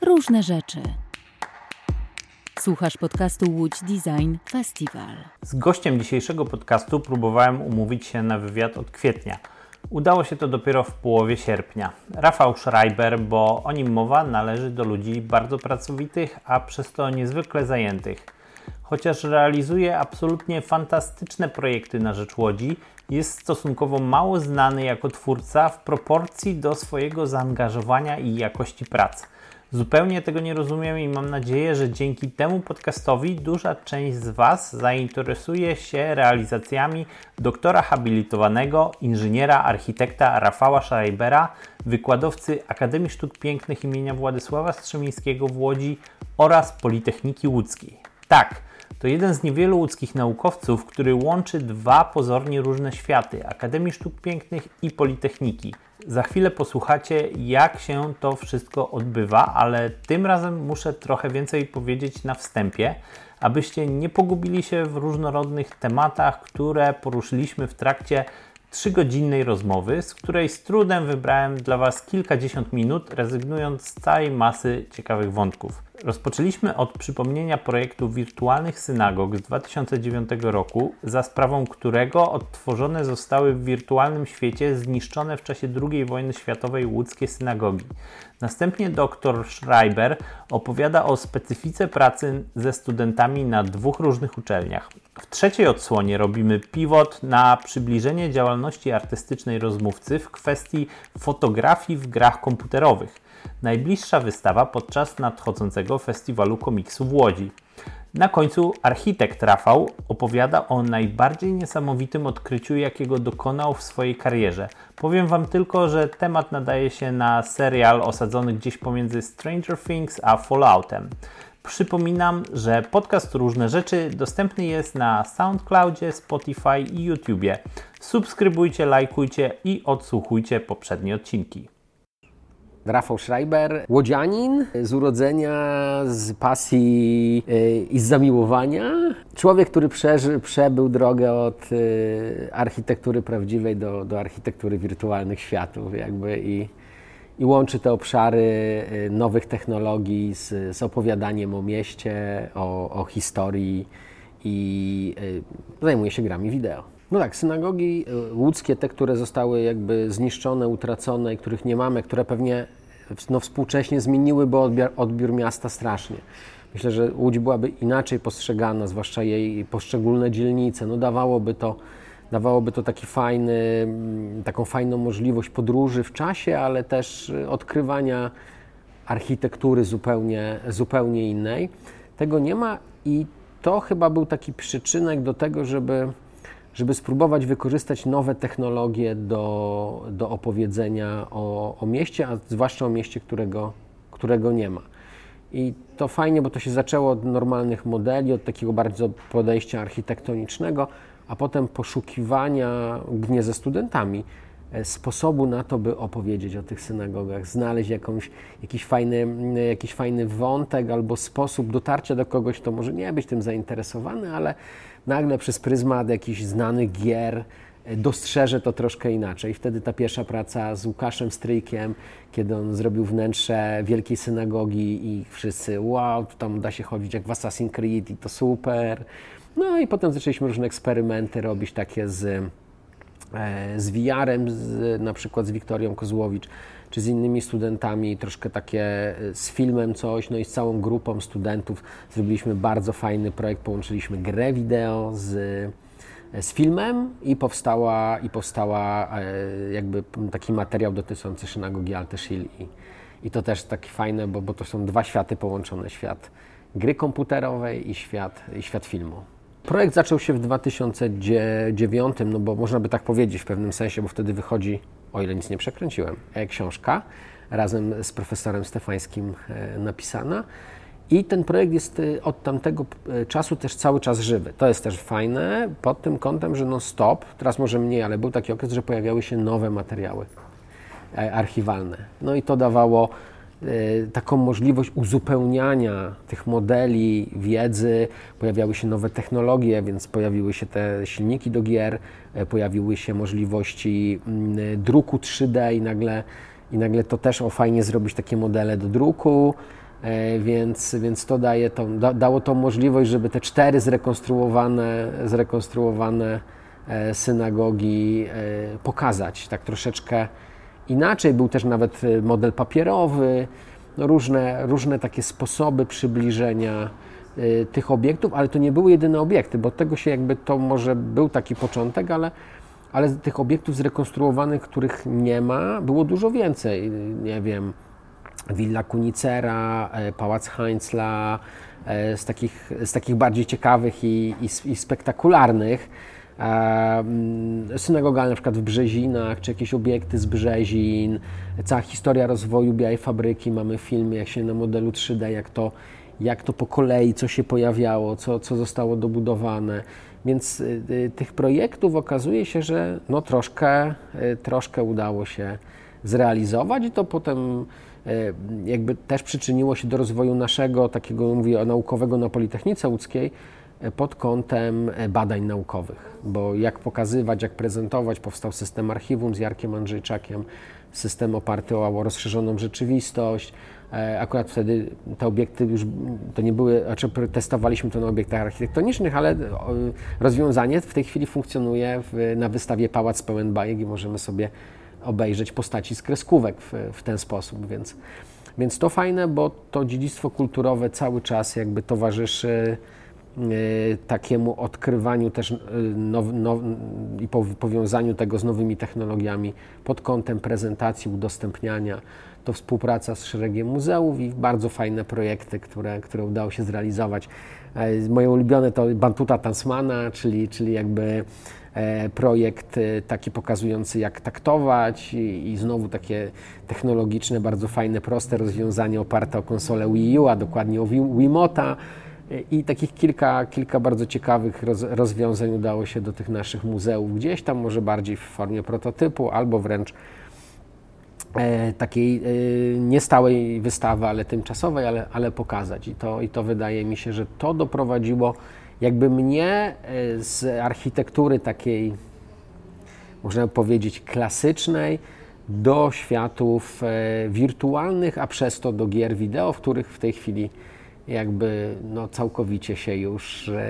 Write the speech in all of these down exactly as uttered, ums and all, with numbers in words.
różne rzeczy. Słuchasz podcastu Łódź Design Festival. Z gościem dzisiejszego podcastu próbowałem umówić się na wywiad od kwietnia. Udało się to dopiero w połowie sierpnia. Rafał Schreiber, bo o nim mowa, należy do ludzi bardzo pracowitych, a przez to niezwykle zajętych. Chociaż realizuje absolutnie fantastyczne projekty na rzecz Łodzi, jest stosunkowo mało znany jako twórca w proporcji do swojego zaangażowania i jakości prac. Zupełnie tego nie rozumiem i mam nadzieję, że dzięki temu podcastowi duża część z Was zainteresuje się realizacjami doktora habilitowanego, inżyniera, architekta Rafała Schreibera, wykładowcy Akademii Sztuk Pięknych imienia Władysława Strzemińskiego w Łodzi oraz Politechniki Łódzkiej. Tak, to jeden z niewielu łódzkich naukowców, który łączy dwa pozornie różne światy, Akademii Sztuk Pięknych i Politechniki. Za chwilę posłuchacie, jak się to wszystko odbywa, ale tym razem muszę trochę więcej powiedzieć na wstępie, abyście nie pogubili się w różnorodnych tematach, które poruszyliśmy w trakcie trzygodzinnej rozmowy, z której z trudem wybrałem dla Was kilkadziesiąt minut, rezygnując z całej masy ciekawych wątków. Rozpoczęliśmy od przypomnienia projektu wirtualnych synagog z dwa tysiące dziewiątego roku, za sprawą którego odtworzone zostały w wirtualnym świecie zniszczone w czasie drugiej wojny światowej łódzkie synagogi. Następnie dr Schreiber opowiada o specyfice pracy ze studentami na dwóch różnych uczelniach. W trzeciej odsłonie robimy pivot na przybliżenie działalności artystycznej rozmówcy w kwestii fotografii w grach komputerowych. Najbliższa wystawa podczas nadchodzącego festiwalu komiksu w Łodzi. Na końcu architekt Rafał opowiada o najbardziej niesamowitym odkryciu, jakiego dokonał w swojej karierze. Powiem Wam tylko, że temat nadaje się na serial osadzony gdzieś pomiędzy Stranger Things a Falloutem. Przypominam, że podcast Różne Rzeczy dostępny jest na SoundCloudzie, Spotify i YouTubie. Subskrybujcie, lajkujcie i odsłuchujcie poprzednie odcinki. Rafał Schreiber, łodzianin z urodzenia, z pasji yy, i z zamiłowania. Człowiek, który przeży, przebył drogę od yy, architektury prawdziwej do, do architektury wirtualnych światów jakby i, i łączy te obszary yy, nowych technologii z, z opowiadaniem o mieście, o, o historii i yy, zajmuje się grami wideo. No tak, synagogi łódzkie, te, które zostały jakby zniszczone, utracone i których nie mamy, które pewnie no, współcześnie zmieniłyby odbiór, odbiór miasta strasznie. Myślę, że Łódź byłaby inaczej postrzegana, zwłaszcza jej poszczególne dzielnice. No dawałoby to, dawałoby to taki fajny, taką fajną możliwość podróży w czasie, ale też odkrywania architektury zupełnie, zupełnie innej. Tego nie ma i to chyba był taki przyczynek do tego, żeby żeby spróbować wykorzystać nowe technologie do, do opowiedzenia o, o mieście, a zwłaszcza o mieście, którego, którego nie ma. I to fajnie, bo to się zaczęło od normalnych modeli, od takiego bardzo podejścia architektonicznego, a potem poszukiwania, głównie ze studentami, sposobu na to, by opowiedzieć o tych synagogach, znaleźć jakąś, jakiś, fajny, jakiś fajny wątek albo sposób dotarcia do kogoś, kto może nie być tym zainteresowany, ale nagle przez pryzmat jakichś znanych gier dostrzeże to troszkę inaczej. Wtedy ta pierwsza praca z Łukaszem Stryjkiem, kiedy on zrobił wnętrze wielkiej synagogi i wszyscy wow, tam da się chodzić jak w Assassin's Creed i to super. No i potem zaczęliśmy różne eksperymenty robić takie z z V R-em, z, na przykład z Wiktorią Kozłowicz, czy z innymi studentami, troszkę takie z filmem coś, no i z całą grupą studentów zrobiliśmy bardzo fajny projekt, połączyliśmy grę wideo z, z filmem i powstała, i powstała jakby taki materiał dotyczący synagogi Alteszil i, i to też takie fajne, bo, bo to są dwa światy połączone, świat gry komputerowej i świat, i świat filmu. Projekt zaczął się w dwa tysiące dziewiątym, no bo można by tak powiedzieć w pewnym sensie, bo wtedy wychodzi, o ile nic nie przekręciłem, książka razem z profesorem Stefańskim napisana i ten projekt jest od tamtego czasu też cały czas żywy. To jest też fajne pod tym kątem, że non stop, teraz może mniej, ale był taki okres, że pojawiały się nowe materiały archiwalne. No i to dawało taką możliwość uzupełniania tych modeli, wiedzy, pojawiały się nowe technologie, więc pojawiły się te silniki do gier, pojawiły się możliwości druku trzy D i nagle, i nagle to też o fajnie zrobić takie modele do druku, Więc, więc to daje tą, da, dało tą możliwość, żeby te cztery zrekonstruowane, zrekonstruowane synagogi pokazać tak troszeczkę inaczej. Był też nawet model papierowy, no różne, różne takie sposoby przybliżenia tych obiektów, ale to nie były jedyne obiekty, bo tego się jakby to może był taki początek, ale, ale tych obiektów zrekonstruowanych, których nie ma, było dużo więcej. Nie wiem, Villa Kunicera, Pałac Heinzla, z takich, z takich bardziej ciekawych i, i, i spektakularnych. Synagoga na przykład w Brzezinach, czy jakieś obiekty z Brzezin, cała historia rozwoju Białej Fabryki, mamy filmy, jak się na modelu trzy D, jak to, jak to po kolei, co się pojawiało, co, co zostało dobudowane. Więc y, tych projektów okazuje się, że no troszkę, y, troszkę udało się zrealizować i to potem y, jakby też przyczyniło się do rozwoju naszego takiego, mówię, naukowego na Politechnice Łódzkiej pod kątem badań naukowych, bo jak pokazywać, jak prezentować, powstał system archiwum z Jarkiem Andrzejczakiem, system oparty o rozszerzoną rzeczywistość. Akurat wtedy te obiekty już to nie były, znaczy testowaliśmy to na obiektach architektonicznych, ale rozwiązanie w tej chwili funkcjonuje w, na wystawie Pałac Pełen Bajek i możemy sobie obejrzeć postaci z kreskówek w, w ten sposób, więc, więc to fajne, bo to dziedzictwo kulturowe cały czas jakby towarzyszy takiemu odkrywaniu też now, now, i powiązaniu tego z nowymi technologiami pod kątem prezentacji, udostępniania. To współpraca z szeregiem muzeów i bardzo fajne projekty, które, które udało się zrealizować. Moje ulubione to Bantuta Tansmana, czyli, czyli jakby projekt taki pokazujący, jak taktować i, i znowu takie technologiczne, bardzo fajne, proste rozwiązanie oparte o konsolę Wii U, a dokładnie o Wiimota. I takich kilka, kilka bardzo ciekawych roz, rozwiązań udało się do tych naszych muzeów gdzieś tam, może bardziej w formie prototypu, albo wręcz e, takiej e, nie stałej wystawy, ale tymczasowej, ale, ale pokazać. I to, I to wydaje mi się, że to doprowadziło jakby mnie z architektury takiej, można powiedzieć, klasycznej do światów e, wirtualnych, a przez to do gier wideo, w których w tej chwili jakby no, całkowicie się już e,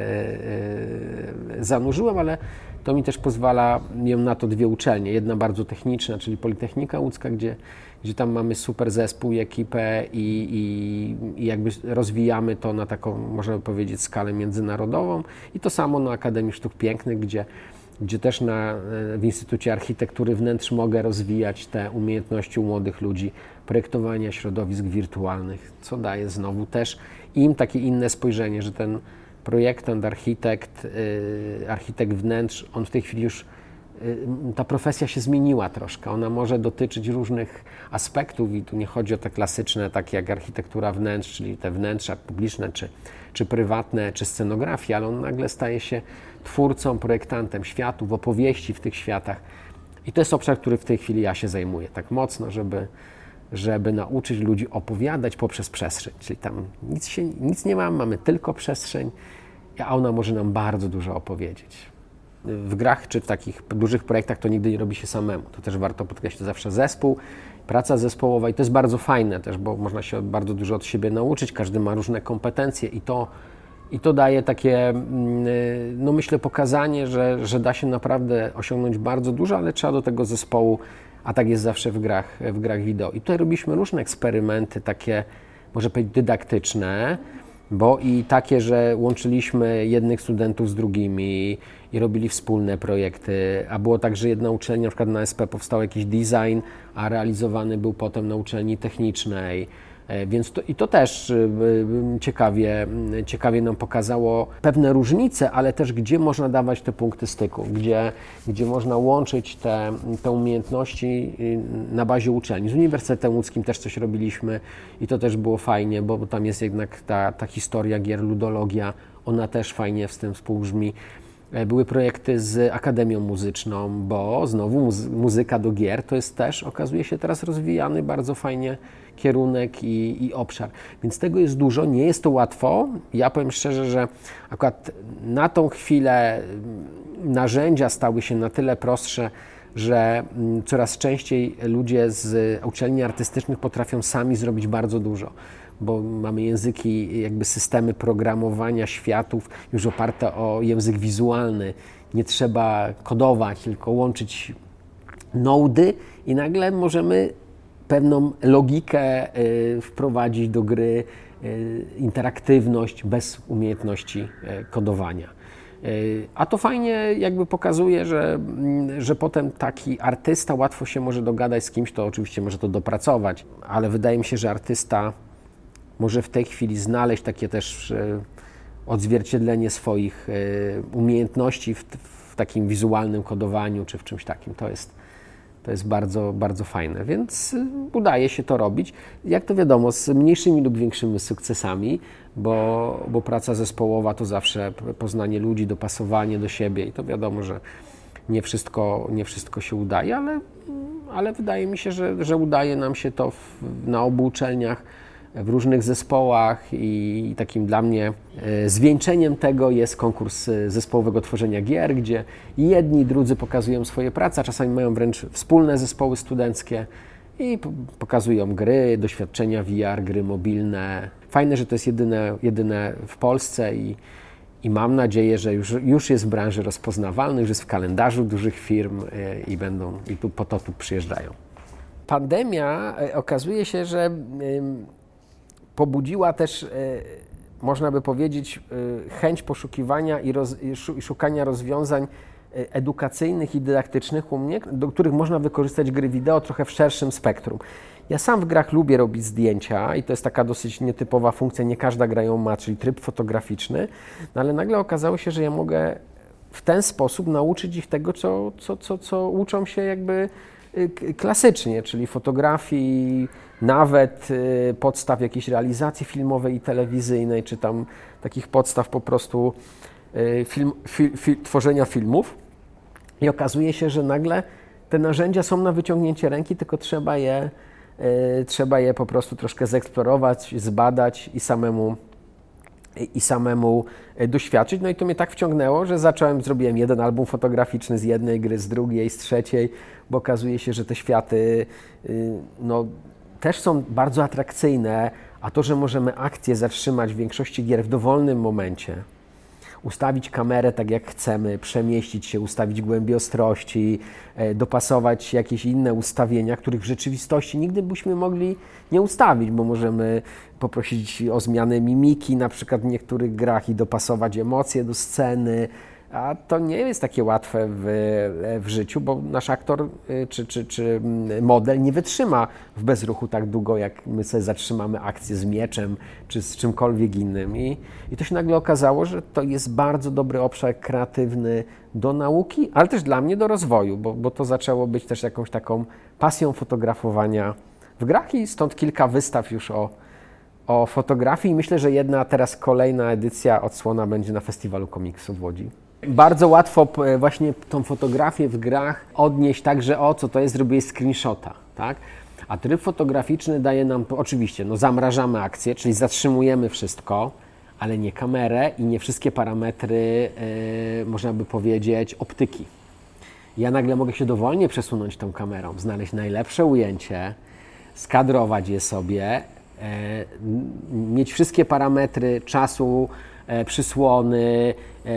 e, zanurzyłem, ale to mi też pozwala, miałem na to dwie uczelnie. Jedna bardzo techniczna, czyli Politechnika Łódzka, gdzie, gdzie tam mamy super zespół i ekipę i, i, i jakby rozwijamy to na taką, można powiedzieć, skalę międzynarodową. I to samo na Akademii Sztuk Pięknych, gdzie, gdzie też na, w Instytucie Architektury Wnętrz mogę rozwijać te umiejętności u młodych ludzi, projektowania środowisk wirtualnych, co daje znowu też im takie inne spojrzenie, że ten projektant, architekt, yy, architekt wnętrz, on w tej chwili już, yy, ta profesja się zmieniła troszkę, ona może dotyczyć różnych aspektów i tu nie chodzi o te klasyczne, takie jak architektura wnętrz, czyli te wnętrza publiczne, czy, czy prywatne, czy scenografia, ale on nagle staje się twórcą, projektantem światów, opowieści w tych światach i to jest obszar, który w tej chwili ja się zajmuję tak mocno, żeby żeby nauczyć ludzi opowiadać poprzez przestrzeń. Czyli tam nic, się, nic nie mamy, mamy tylko przestrzeń, a ona może nam bardzo dużo opowiedzieć. W grach czy w takich dużych projektach to nigdy nie robi się samemu. To też warto podkreślić, to zawsze zespół, praca zespołowa i to jest bardzo fajne też, bo można się bardzo dużo od siebie nauczyć, każdy ma różne kompetencje i to, i to daje takie, no myślę, pokazanie, że, że da się naprawdę osiągnąć bardzo dużo, ale trzeba do tego zespołu, a tak jest zawsze w grach, w grach wideo. I tutaj robiliśmy różne eksperymenty, takie, może powiedzieć, dydaktyczne, bo i takie, że łączyliśmy jednych studentów z drugimi i robili wspólne projekty, a było tak, że jedna uczelnia, na przykład na S P powstał jakiś design, a realizowany był potem na uczelni technicznej. Więc to, i to też ciekawie, ciekawie nam pokazało pewne różnice, ale też gdzie można dawać te punkty styku, gdzie, gdzie można łączyć te, te umiejętności na bazie uczelni. Z Uniwersytetem Łódzkim też coś robiliśmy i to też było fajnie, bo tam jest jednak ta, ta historia gier, ludologia, ona też fajnie z tym współbrzmi. Były projekty z Akademią Muzyczną, bo znowu muzyka do gier to jest też, okazuje się, teraz rozwijany bardzo fajnie kierunek i, i obszar. Więc tego jest dużo, nie jest to łatwo. Ja powiem szczerze, że akurat na tą chwilę narzędzia stały się na tyle prostsze, że coraz częściej ludzie z uczelni artystycznych potrafią sami zrobić bardzo dużo, bo mamy języki, jakby systemy programowania światów już oparte o język wizualny. Nie trzeba kodować, tylko łączyć nody i nagle możemy pewną logikę wprowadzić do gry, interaktywność bez umiejętności kodowania. A to fajnie jakby pokazuje, że, że potem taki artysta łatwo się może dogadać z kimś, to oczywiście może to dopracować, ale wydaje mi się, że artysta może w tej chwili znaleźć takie też odzwierciedlenie swoich umiejętności w, w takim wizualnym kodowaniu czy w czymś takim. To jest, to jest bardzo, bardzo fajne, więc udaje się to robić. Jak to wiadomo, z mniejszymi lub większymi sukcesami, bo, bo praca zespołowa to zawsze poznanie ludzi, dopasowanie do siebie i to wiadomo, że nie wszystko, nie wszystko się udaje, ale, ale wydaje mi się, że, że udaje nam się to w, na obu uczelniach, w różnych zespołach i takim dla mnie zwieńczeniem tego jest konkurs zespołowego tworzenia gier, gdzie jedni i drudzy pokazują swoje prace, a czasami mają wręcz wspólne zespoły studenckie i pokazują gry, doświadczenia V R, gry mobilne. Fajne, że to jest jedyne, jedyne w Polsce i, i mam nadzieję, że już, już jest w branży rozpoznawalny, już jest w kalendarzu dużych firm i będą i tu po to tu przyjeżdżają. Pandemia okazuje się, że pobudziła też, można by powiedzieć, chęć poszukiwania i, roz, i szukania rozwiązań edukacyjnych i dydaktycznych u mnie, do których można wykorzystać gry wideo trochę w szerszym spektrum. Ja sam w grach lubię robić zdjęcia i to jest taka dosyć nietypowa funkcja, nie każda gra ją ma, czyli tryb fotograficzny, no ale nagle okazało się, że ja mogę w ten sposób nauczyć ich tego, co, co, co, co uczą się jakby klasycznie, czyli fotografii, nawet podstaw jakiejś realizacji filmowej i telewizyjnej, czy tam takich podstaw po prostu film, fi, fi, tworzenia filmów. I okazuje się, że nagle te narzędzia są na wyciągnięcie ręki, tylko trzeba je, trzeba je po prostu troszkę zeksplorować, zbadać i samemu i samemu doświadczyć. No i to mnie tak wciągnęło, że zacząłem, zrobiłem jeden album fotograficzny z jednej gry, z drugiej, z trzeciej, bo okazuje się, że te światy no, też są bardzo atrakcyjne, a to, że możemy akcję zatrzymać w większości gier w dowolnym momencie, ustawić kamerę tak jak chcemy, przemieścić się, ustawić głębię ostrości, dopasować jakieś inne ustawienia, których w rzeczywistości nigdy byśmy mogli nie ustawić, bo możemy poprosić o zmianę mimiki na przykład w niektórych grach i dopasować emocje do sceny, a to nie jest takie łatwe w, w życiu, bo nasz aktor czy, czy, czy model nie wytrzyma w bezruchu tak długo, jak my sobie zatrzymamy akcję z mieczem czy z czymkolwiek innym. I, i to się nagle okazało, że to jest bardzo dobry obszar kreatywny do nauki, ale też dla mnie do rozwoju, bo, bo to zaczęło być też jakąś taką pasją fotografowania w grach i stąd kilka wystaw już o, o fotografii. I myślę, że jedna teraz kolejna edycja odsłona będzie na Festiwalu Komiksu w Łodzi. Bardzo łatwo właśnie tą fotografię w grach odnieść tak, że o co to jest, zrobię screenshota, tak? A tryb fotograficzny daje nam, oczywiście, no zamrażamy akcję, czyli zatrzymujemy wszystko, ale nie kamerę i nie wszystkie parametry, yy, można by powiedzieć, optyki. Ja nagle mogę się dowolnie przesunąć tą kamerą, znaleźć najlepsze ujęcie, skadrować je sobie, yy, mieć wszystkie parametry czasu, przysłony,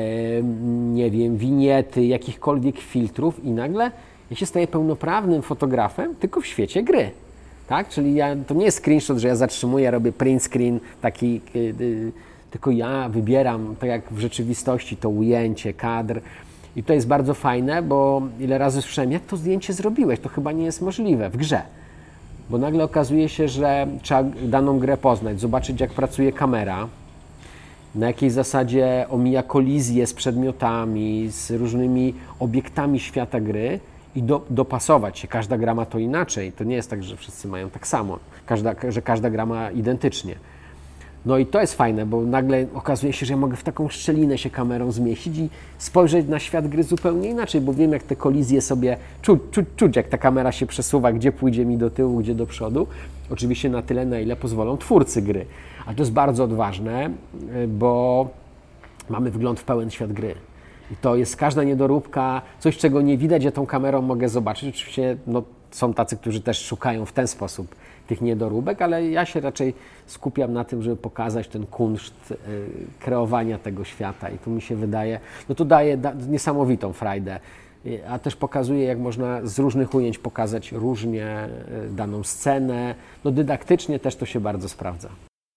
nie wiem, winiety, jakichkolwiek filtrów i nagle ja się staję pełnoprawnym fotografem, tylko w świecie gry, tak? Czyli ja, to nie jest screenshot, że ja zatrzymuję, robię print screen, taki, tylko ja wybieram, tak jak w rzeczywistości, to ujęcie, kadr i to jest bardzo fajne, bo ile razy słyszałem, jak to zdjęcie zrobiłeś, to chyba nie jest możliwe w grze, bo nagle okazuje się, że trzeba daną grę poznać, zobaczyć, jak pracuje kamera, na jakiej zasadzie omija kolizję z przedmiotami, z różnymi obiektami świata gry i do, dopasować się. Każda gra ma to inaczej. To nie jest tak, że wszyscy mają tak samo, każda, że każda gra ma identycznie. No i to jest fajne, bo nagle okazuje się, że ja mogę w taką szczelinę się kamerą zmieścić i spojrzeć na świat gry zupełnie inaczej, bo wiem, jak te kolizje sobie czuć, czuć, czuć, jak ta kamera się przesuwa, gdzie pójdzie mi do tyłu, gdzie do przodu. Oczywiście na tyle, na ile pozwolą twórcy gry. A to jest bardzo odważne, bo mamy wgląd w pełen świat gry. I to jest każda niedoróbka, coś czego nie widać, ja tą kamerą mogę zobaczyć. Oczywiście no, są tacy, którzy też szukają w ten sposób tych niedoróbek, ale ja się raczej skupiam na tym, żeby pokazać ten kunszt y, kreowania tego świata i tu mi się wydaje, no to daje da, niesamowitą frajdę, y, a też pokazuje, jak można z różnych ujęć pokazać różnie y, daną scenę, no dydaktycznie też to się bardzo sprawdza.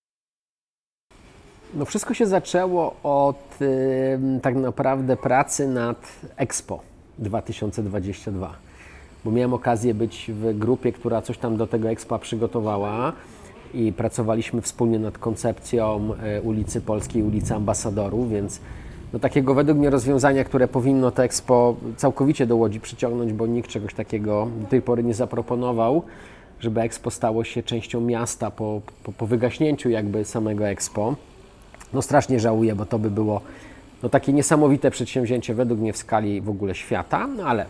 No wszystko się zaczęło od y, tak naprawdę pracy nad Expo dwa tysiące dwudziestym drugim. Bo miałem okazję być w grupie, która coś tam do tego Expa przygotowała i pracowaliśmy wspólnie nad koncepcją ulicy Polskiej, ulicy Ambasadorów, więc no takiego według mnie rozwiązania, które powinno to Expo całkowicie do Łodzi przyciągnąć, bo nikt czegoś takiego do tej pory nie zaproponował, żeby Expo stało się częścią miasta po, po, po wygaśnięciu jakby samego Expo. No strasznie żałuję, bo to by było no takie niesamowite przedsięwzięcie według mnie w skali w ogóle świata, no ale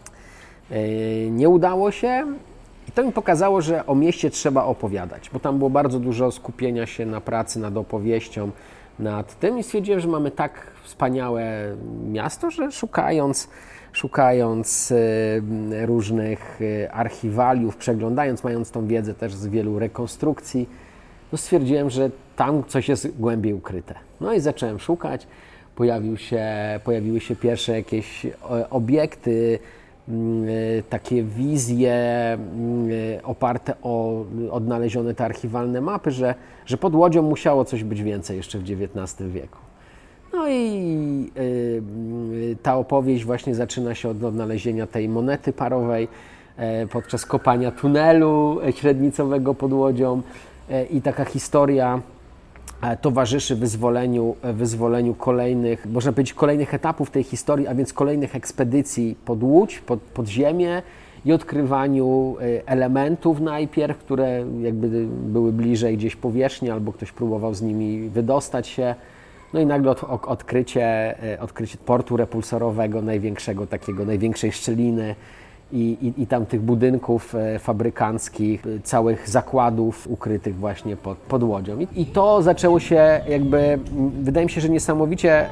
nie udało się i to mi pokazało, że o mieście trzeba opowiadać, bo tam było bardzo dużo skupienia się na pracy nad opowieścią, nad tym i stwierdziłem, że mamy tak wspaniałe miasto, że szukając, szukając różnych archiwaliów, przeglądając, mając tą wiedzę też z wielu rekonstrukcji, no stwierdziłem, że tam coś jest głębiej ukryte. No i zacząłem szukać, pojawił się, pojawiły się pierwsze jakieś obiekty, takie wizje oparte o odnalezione te archiwalne mapy, że, że pod Łodzią musiało coś być więcej jeszcze w dziewiętnastym wieku. No i y, ta opowieść właśnie zaczyna się od odnalezienia tej monety parowej y, podczas kopania tunelu średnicowego pod Łodzią y, i taka historia towarzyszy wyzwoleniu, wyzwoleniu kolejnych, można powiedzieć, kolejnych etapów tej historii, a więc kolejnych ekspedycji pod Łódź, pod, pod ziemię i odkrywaniu elementów najpierw, które jakby były bliżej gdzieś powierzchni, albo ktoś próbował z nimi wydostać się. No i nagle od, odkrycie, odkrycie portu repulsorowego, największego takiego, największej szczeliny, I, i, i tam tych budynków fabrykanckich, całych zakładów ukrytych właśnie pod, pod Łodzią. I, I to zaczęło się jakby, wydaje mi się, że niesamowicie y,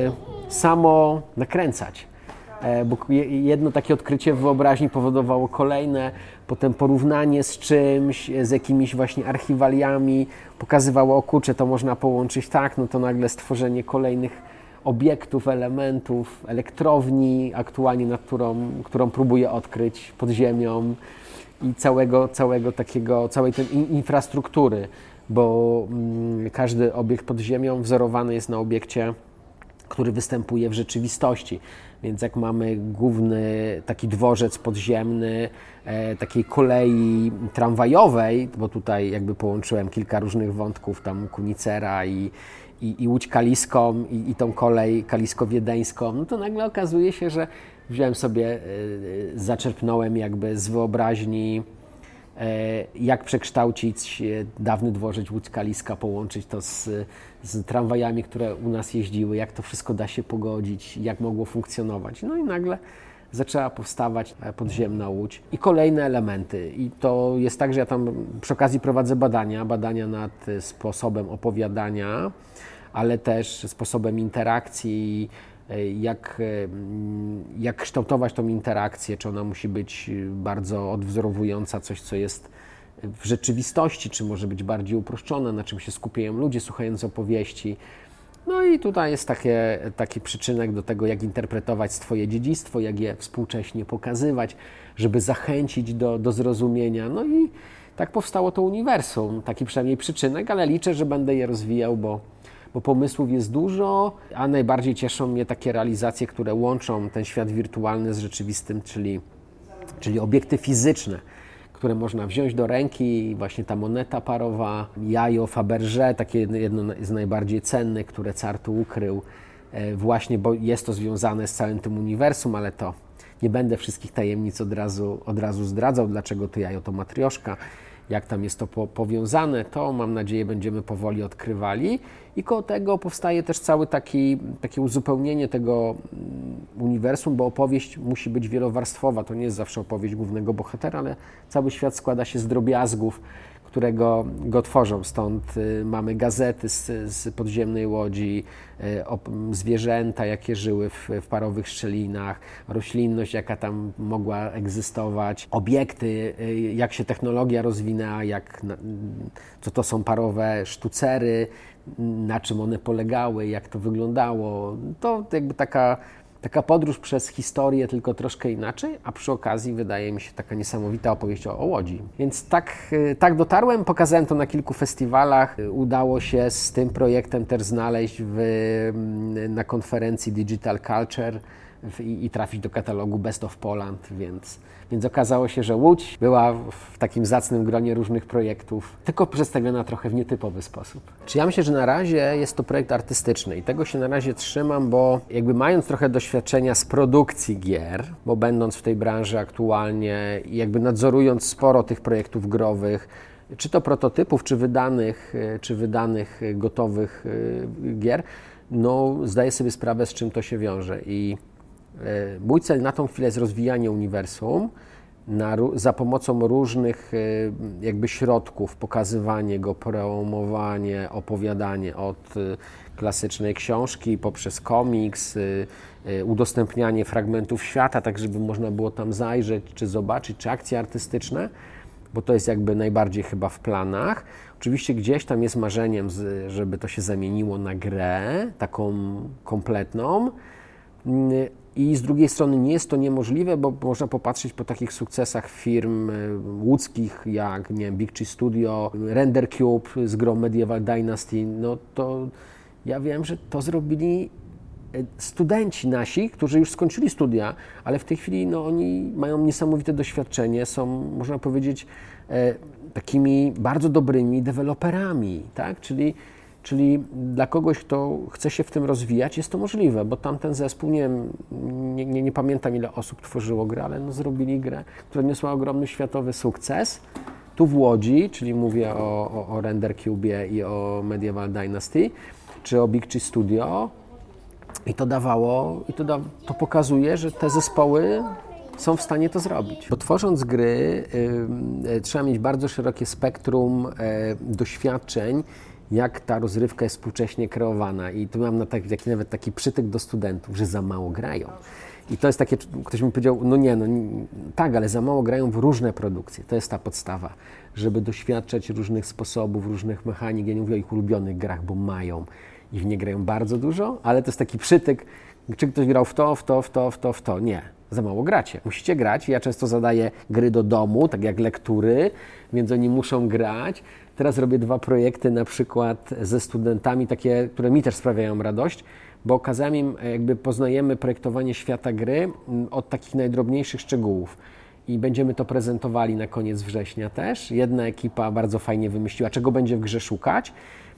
samo nakręcać. E, bo jedno takie odkrycie w wyobraźni powodowało kolejne, potem porównanie z czymś, z jakimiś właśnie archiwaliami, pokazywało, o kurczę, to można połączyć tak, no to nagle stworzenie kolejnych obiektów, elementów, elektrowni aktualnie, nad którą, którą próbuję odkryć pod ziemią i całego, całego takiego, całej tej infrastruktury, bo mm, każdy obiekt pod ziemią wzorowany jest na obiekcie, który występuje w rzeczywistości. Więc jak mamy główny taki dworzec podziemny, e, takiej kolei tramwajowej, bo tutaj jakby połączyłem kilka różnych wątków, tam Kunicera i I, i Łódź Kaliską, i, i tą kolej kalisko-wiedeńską, no to nagle okazuje się, że wziąłem sobie, y, zaczerpnąłem jakby z wyobraźni, y, jak przekształcić dawny dworzec Łódź Kaliska, połączyć to z, z tramwajami, które u nas jeździły, jak to wszystko da się pogodzić, jak mogło funkcjonować. No i nagle zaczęła powstawać podziemna Łódź i kolejne elementy. I to jest tak, że ja tam przy okazji prowadzę badania, badania nad sposobem opowiadania, ale też sposobem interakcji, jak, jak kształtować tą interakcję, czy ona musi być bardzo odwzorowująca coś, co jest w rzeczywistości, czy może być bardziej uproszczone, na czym się skupiają ludzie, słuchając opowieści. No i tutaj jest takie, taki przyczynek do tego, jak interpretować swoje dziedzictwo, jak je współcześnie pokazywać, żeby zachęcić do, do zrozumienia. No i tak powstało to uniwersum, taki przynajmniej przyczynek, ale liczę, że będę je rozwijał, bo, bo pomysłów jest dużo, a najbardziej cieszą mnie takie realizacje, które łączą ten świat wirtualny z rzeczywistym, czyli, czyli obiekty fizyczne, które można wziąć do ręki, właśnie ta moneta parowa, jajo Fabergé, takie jedno z najbardziej cennych, które car tu ukrył, właśnie, bo jest to związane z całym tym uniwersum, ale to nie będę wszystkich tajemnic od razu, od razu zdradzał, dlaczego to jajo to matrioszka, jak tam jest to po, powiązane, to mam nadzieję będziemy powoli odkrywali i koło tego powstaje też cały taki, takie uzupełnienie tego uniwersum, bo opowieść musi być wielowarstwowa, to nie jest zawsze opowieść głównego bohatera, ale cały świat składa się z drobiazgów, które które go, go tworzą. Stąd mamy gazety z, z podziemnej łodzi, zwierzęta, jakie żyły w, w parowych szczelinach, roślinność, jaka tam mogła egzystować, obiekty, jak się technologia rozwinęła, jak, co to są parowe sztucery, na czym one polegały, jak to wyglądało. To jakby taka, taka podróż przez historię, tylko troszkę inaczej, a przy okazji wydaje mi się taka niesamowita opowieść o, o Łodzi. Więc tak, tak dotarłem, pokazałem to na kilku festiwalach. Udało się z tym projektem też znaleźć w, na konferencji Digital Culture i, i trafić do katalogu Best of Poland, więc, więc okazało się, że Łódź była w takim zacnym gronie różnych projektów, tylko przedstawiona trochę w nietypowy sposób. Czy ja myślę, że na razie jest to projekt artystyczny i tego się na razie trzymam, bo jakby mając trochę doświadczenia z produkcji gier, bo będąc w tej branży aktualnie i jakby nadzorując sporo tych projektów growych, czy to prototypów, czy wydanych, czy wydanych gotowych gier, no zdaję sobie sprawę, z czym to się wiąże. I mój cel na tą chwilę jest rozwijanie uniwersum na, za pomocą różnych jakby środków, pokazywanie go, promowanie, opowiadanie od klasycznej książki poprzez komiks, udostępnianie fragmentów świata, tak żeby można było tam zajrzeć, czy zobaczyć, czy akcje artystyczne, bo to jest jakby najbardziej chyba w planach. Oczywiście gdzieś tam jest marzeniem, żeby to się zamieniło na grę, taką kompletną. I z drugiej strony nie jest to niemożliwe, bo można popatrzeć po takich sukcesach firm łódzkich jak, nie wiem, Big Tree Studio, Render Cube z grą Medieval Dynasty. No to ja wiem, że to zrobili studenci nasi, którzy już skończyli studia, ale w tej chwili no, oni mają niesamowite doświadczenie, są, można powiedzieć, e, takimi bardzo dobrymi deweloperami, tak? Czyli Czyli dla kogoś, kto chce się w tym rozwijać, jest to możliwe, bo tamten zespół, nie wiem, nie, nie, nie pamiętam ile osób tworzyło grę, ale no zrobili grę, która niosła ogromny światowy sukces. Tu w Łodzi, czyli mówię o, o, o Render Cube i o Medieval Dynasty, czy o Big Tree Studio i to dawało, i to, da, to pokazuje, że te zespoły są w stanie to zrobić. Bo tworząc gry y, y, trzeba mieć bardzo szerokie spektrum y, doświadczeń, jak ta rozrywka jest współcześnie kreowana. I tu mam na taki, taki, nawet taki przytyk do studentów, że za mało grają. I to jest takie, ktoś mi powiedział, no nie, no tak, ale za mało grają w różne produkcje. To jest ta podstawa, żeby doświadczać różnych sposobów, różnych mechanik. Ja nie mówię o ich ulubionych grach, bo mają i w nie grają bardzo dużo, ale to jest taki przytyk, czy ktoś grał w to, w to, w to, w to, w to. Nie, za mało gracie. Musicie grać. Ja często zadaję gry do domu, tak jak lektury, więc oni muszą grać. Teraz robię dwa projekty na przykład ze studentami, takie, które mi też sprawiają radość, bo okazałem im, jakby poznajemy projektowanie świata gry od takich najdrobniejszych szczegółów. I będziemy to prezentowali na koniec września też. Jedna ekipa bardzo fajnie wymyśliła, czego będzie w grze szukać.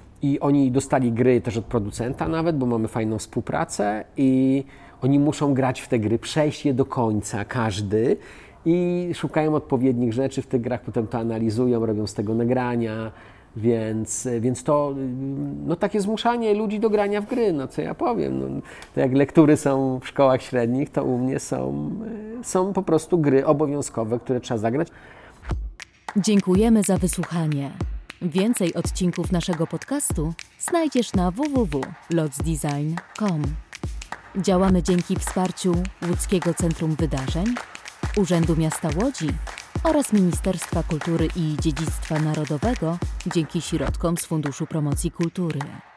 I oni dostali gry też od producenta nawet, bo mamy fajną współpracę i oni muszą grać w te gry, przejść je do końca, każdy. I szukają odpowiednich rzeczy w tych grach, potem to analizują, robią z tego nagrania, więc, więc to no, takie zmuszanie ludzi do grania w gry, no co ja powiem. No, to jak lektury są w szkołach średnich, to u mnie są, są po prostu gry obowiązkowe, które trzeba zagrać. Dziękujemy za wysłuchanie. Więcej odcinków naszego podcastu znajdziesz na w w w kropka lotsdesign kropka com. Działamy dzięki wsparciu Łódzkiego Centrum Wydarzeń, Urzędu Miasta Łodzi oraz Ministerstwa Kultury i Dziedzictwa Narodowego dzięki środkom z Funduszu Promocji Kultury.